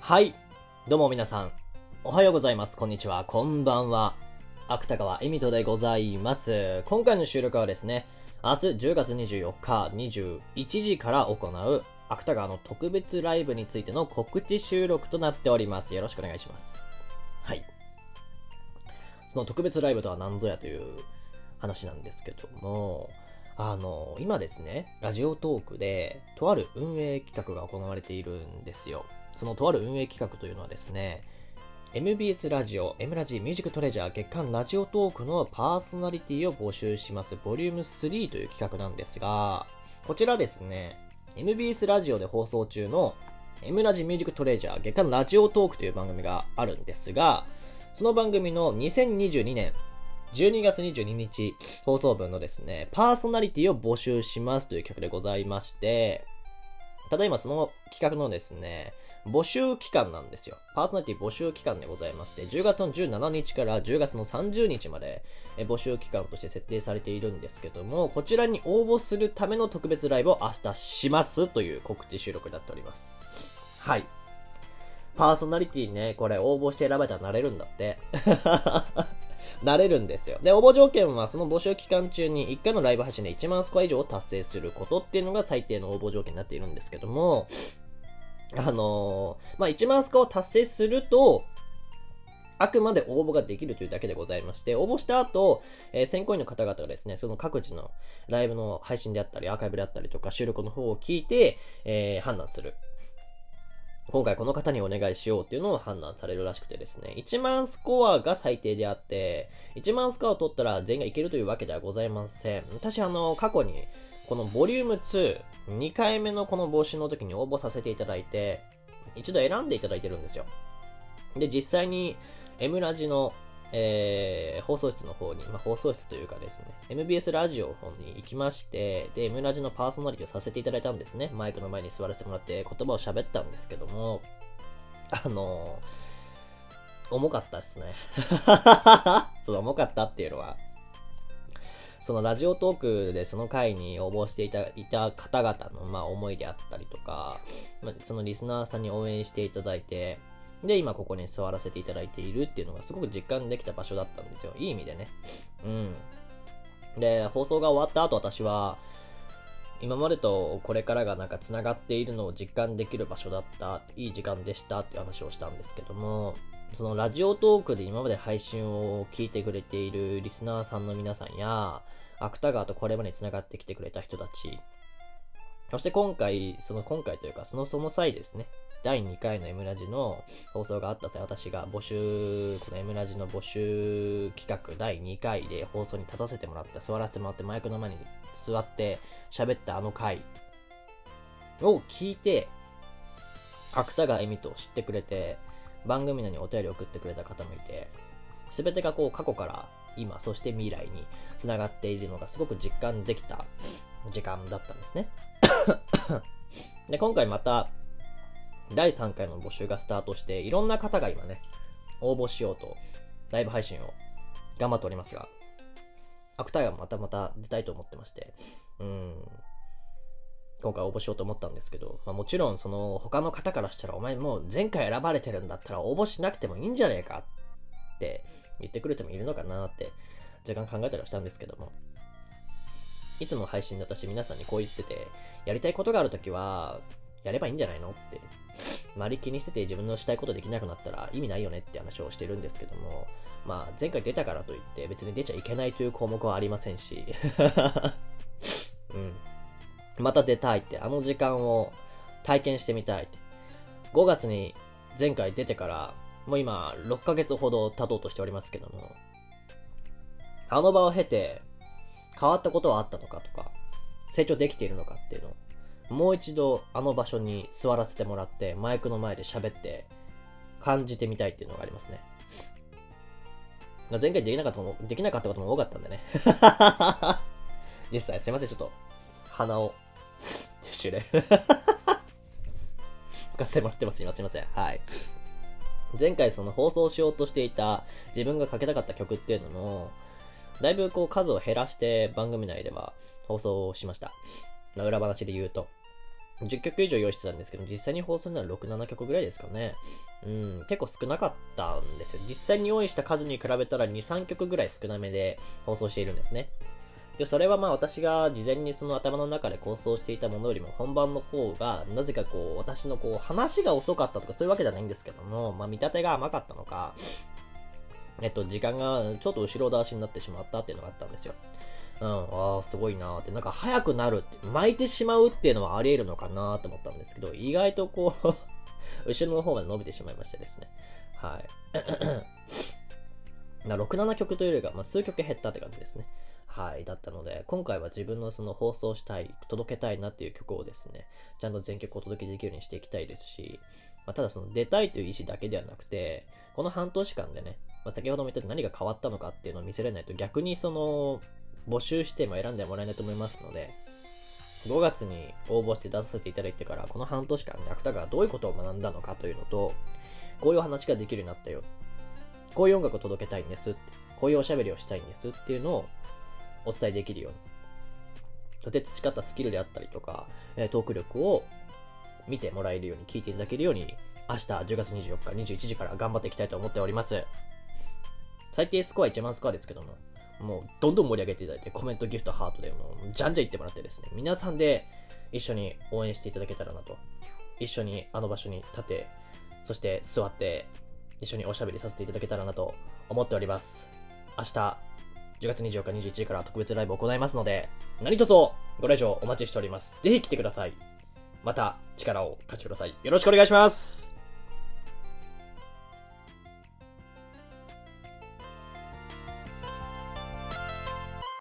はい。どうも皆さん。おはようございます。こんにちは。こんばんは。芥川恵美斗でございます。今回の収録はですね、明日10月24日21時から行う芥川の特別ライブについての告知収録となっております。よろしくお願いします。はい。その特別ライブとは何ぞやという話なんですけども、今ですね、ラジオトークでとある運営企画が行われているんですよ。そのとある運営企画というのはですね、MBS ラジオ、M ラジミュージックトレジャー月間ラジオトークのパーソナリティを募集しますボリューム3という企画なんですが、こちらですね、MBS ラジオで放送中の M ラジミュージックトレジャー月間ラジオトークという番組があるんですが、その番組の2022年12月22日放送分のですね、パーソナリティを募集しますという企画でございまして、ただいまその企画のですね、募集期間なんですよ。パーソナリティ募集期間でございまして、10月の17日から10月の30日まで募集期間として設定されているんですけども、こちらに応募するための特別ライブを明日しますという告知収録になっております。はい。パーソナリティね、これ応募して選ばれたらなれるんだって。なれるんですよ。で、応募条件はその募集期間中に1回のライブ配信で1万スコア以上を達成することっていうのが最低の応募条件になっているんですけども、1万スコアを達成すると、あくまで応募ができるというだけでございまして、応募した後、選考員の方々がですね、その各自のライブの配信であったり、アーカイブであったりとか、収録の方を聞いて、判断する。今回この方にお願いしようっていうのを判断されるらしくてですね、1万スコアが最低であって、1万スコアを取ったら全員がいけるというわけではございません。私過去に、このボリューム2、2回目のこの募集の時に応募させていただいて、一度選んでいただいてるんですよ。で、実際に M ラジの、放送室の方に、放送室というかですね、MBS ラジオの方に行きまして、で、M ラジのパーソナリティをさせていただいたんですね。マイクの前に座らせてもらって言葉を喋ったんですけども、重かったですね。その重かったっていうのは、そのラジオトークでその回に応募していた方々の思いであったりとか、そのリスナーさんに応援していただいて、で、今ここに座らせていただいているっていうのがすごく実感できた場所だったんですよ。いい意味でね。で、放送が終わった後私は、今までとこれからが繋がっているのを実感できる場所だった、いい時間でしたっていう話をしたんですけども、そのラジオトークで今まで配信を聞いてくれているリスナーさんの皆さんや、芥川とこれまで繋がってきてくれた人たち、そして今回というか、その際ですね、第2回の M ラジの放送があった際、私がこの M ラジの募集企画第2回で放送に立たせてもらった、座らせてもらってマイクの前に座って喋ったあの回を聞いて、芥川恵美と知ってくれて、番組内にお便り送ってくれた方もいて、すべてが過去から今、そして未来に繋がっているのがすごく実感できた時間だったんですね。で、今回また、第3回の募集がスタートして、いろんな方が今ね、応募しようと、ライブ配信を頑張っておりますが、芥川もまた出たいと思ってまして、今回応募しようと思ったんですけど、もちろんその他の方からしたら、お前もう前回選ばれてるんだったら応募しなくてもいいんじゃねえかって言ってくれてもいるのかなって若干考えたりはしたんですけども、いつも配信で私皆さんにこう言ってて、やりたいことがあるときはやればいいんじゃないのって、周り気にしてて自分のしたいことできなくなったら意味ないよねって話をしてるんですけども、前回出たからといって別に出ちゃいけないという項目はありませんしまた出たいって、あの時間を体験してみたいって。5月に前回出てからもう今6ヶ月ほど経とうとしておりますけども、あの場を経て変わったことはあったのかとか、成長できているのかっていうのをもう一度あの場所に座らせてもらってマイクの前で喋って感じてみたいっていうのがありますね。前回できなかったことも多かったんでね実際すいません、ちょっと鼻をティッシュで吹かせてもらってます。すいません。はい。前回その放送しようとしていた自分がかけたかった曲っていうのもだいぶ数を減らして番組内では放送しました。裏話で言うと、 10曲以上用意してたんですけど、実際に放送になる6、7曲ぐらいですかね。結構少なかったんですよ。実際に用意した数に比べたら2、3曲ぐらい少なめで放送しているんですね。で、それは私が事前にその頭の中で構想していたものよりも本番の方が、なぜか私の話が遅かったとかそういうわけじゃないんですけども、見立てが甘かったのか、時間がちょっと後ろ倒しになってしまったっていうのがあったんですよ。すごいなーって、なんか早くなるって、巻いてしまうっていうのはあり得るのかなと思ったんですけど、意外と後ろの方まで伸びてしまいましてですね。はい。6、7曲というよりか、数曲減ったって感じですね。はい。だったので、今回は自分のその放送したい、届けたいなっていう曲をですね、ちゃんと全曲お届けできるようにしていきたいですし、ただその出たいという意思だけではなくて、この半年間でね、先ほども言った何が変わったのかっていうのを見せれないと逆に募集しても選んでもらえないと思いますので、5月に応募して出させていただいてから、この半年間、芥川がどういうことを学んだのかというのと、こういう話ができるようになったよ。こういう音楽を届けたいんですって、こういうおしゃべりをしたいんですっていうのをお伝えできるように。そして培ったスキルであったりとか、トーク力を見てもらえるように、聞いていただけるように、明日10月24日21時から頑張っていきたいと思っております。最低スコア1万スコアですけども、もうどんどん盛り上げていただいて、コメント、ギフト、ハートでもうじゃんじゃん言ってもらってですね、皆さんで一緒に応援していただけたらなと。一緒にあの場所に立て、そして座って、一緒におしゃべりさせていただけたらなと思っております。明日、10月24日21時から特別ライブを行いますので、何卒ご来場お待ちしております。ぜひ来てください。また力を貸してください。よろしくお願いします。